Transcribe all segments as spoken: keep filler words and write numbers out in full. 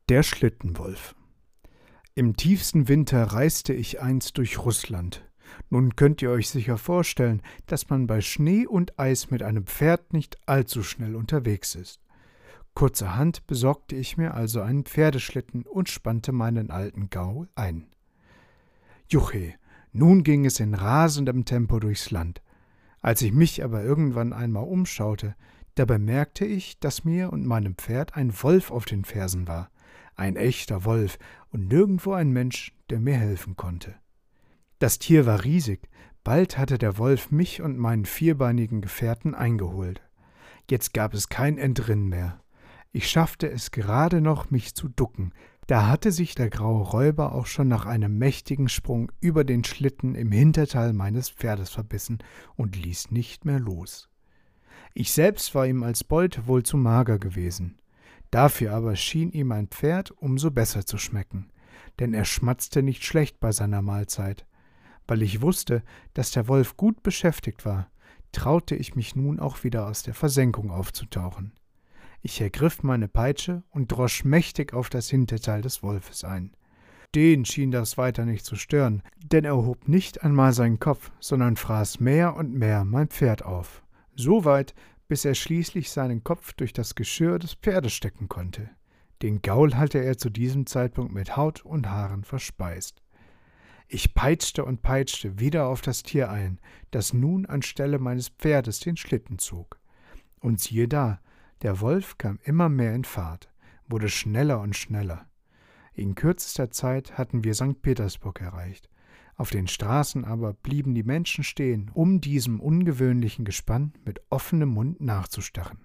Der Schlittenwolf. Im tiefsten Winter reiste ich einst durch Russland. Nun könnt ihr euch sicher vorstellen, dass man bei Schnee und Eis mit einem Pferd nicht allzu schnell unterwegs ist. Kurzerhand besorgte ich mir also einen Pferdeschlitten und spannte meinen alten Gaul ein. Juche, nun ging es in rasendem Tempo durchs Land. Als ich mich aber irgendwann einmal umschaute, da bemerkte ich, dass mir und meinem Pferd ein Wolf auf den Fersen war. Ein echter Wolf und nirgendwo ein Mensch, der mir helfen konnte. Das Tier war riesig, bald hatte der Wolf mich und meinen vierbeinigen Gefährten eingeholt. Jetzt gab es kein Entrinnen mehr. Ich schaffte es gerade noch, mich zu ducken, da hatte sich der graue Räuber auch schon nach einem mächtigen Sprung über den Schlitten im Hinterteil meines Pferdes verbissen und ließ nicht mehr los. Ich selbst war ihm als Beute wohl zu mager gewesen. Dafür aber schien ihm mein Pferd umso besser zu schmecken, denn er schmatzte nicht schlecht bei seiner Mahlzeit. Weil ich wusste, dass der Wolf gut beschäftigt war, traute ich mich nun auch wieder aus der Versenkung aufzutauchen. Ich ergriff meine Peitsche und drosch mächtig auf das Hinterteil des Wolfes ein. Den schien das weiter nicht zu stören, denn er hob nicht einmal seinen Kopf, sondern fraß mehr und mehr mein Pferd auf. So weit, bis er schließlich seinen Kopf durch das Geschirr des Pferdes stecken konnte. Den Gaul hatte er zu diesem Zeitpunkt mit Haut und Haaren verspeist. Ich peitschte und peitschte wieder auf das Tier ein, das nun anstelle meines Pferdes den Schlitten zog. Und siehe da, der Wolf kam immer mehr in Fahrt, wurde schneller und schneller. In kürzester Zeit hatten wir Sankt Petersburg erreicht. Auf den Straßen aber blieben die Menschen stehen, um diesem ungewöhnlichen Gespann mit offenem Mund nachzustarren.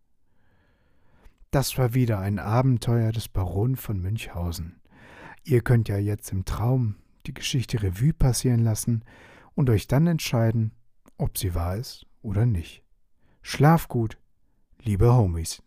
Das war wieder ein Abenteuer des Baron von Münchhausen. Ihr könnt ja jetzt im Traum die Geschichte Revue passieren lassen und euch dann entscheiden, ob sie wahr ist oder nicht. Schlaf gut, liebe Homies.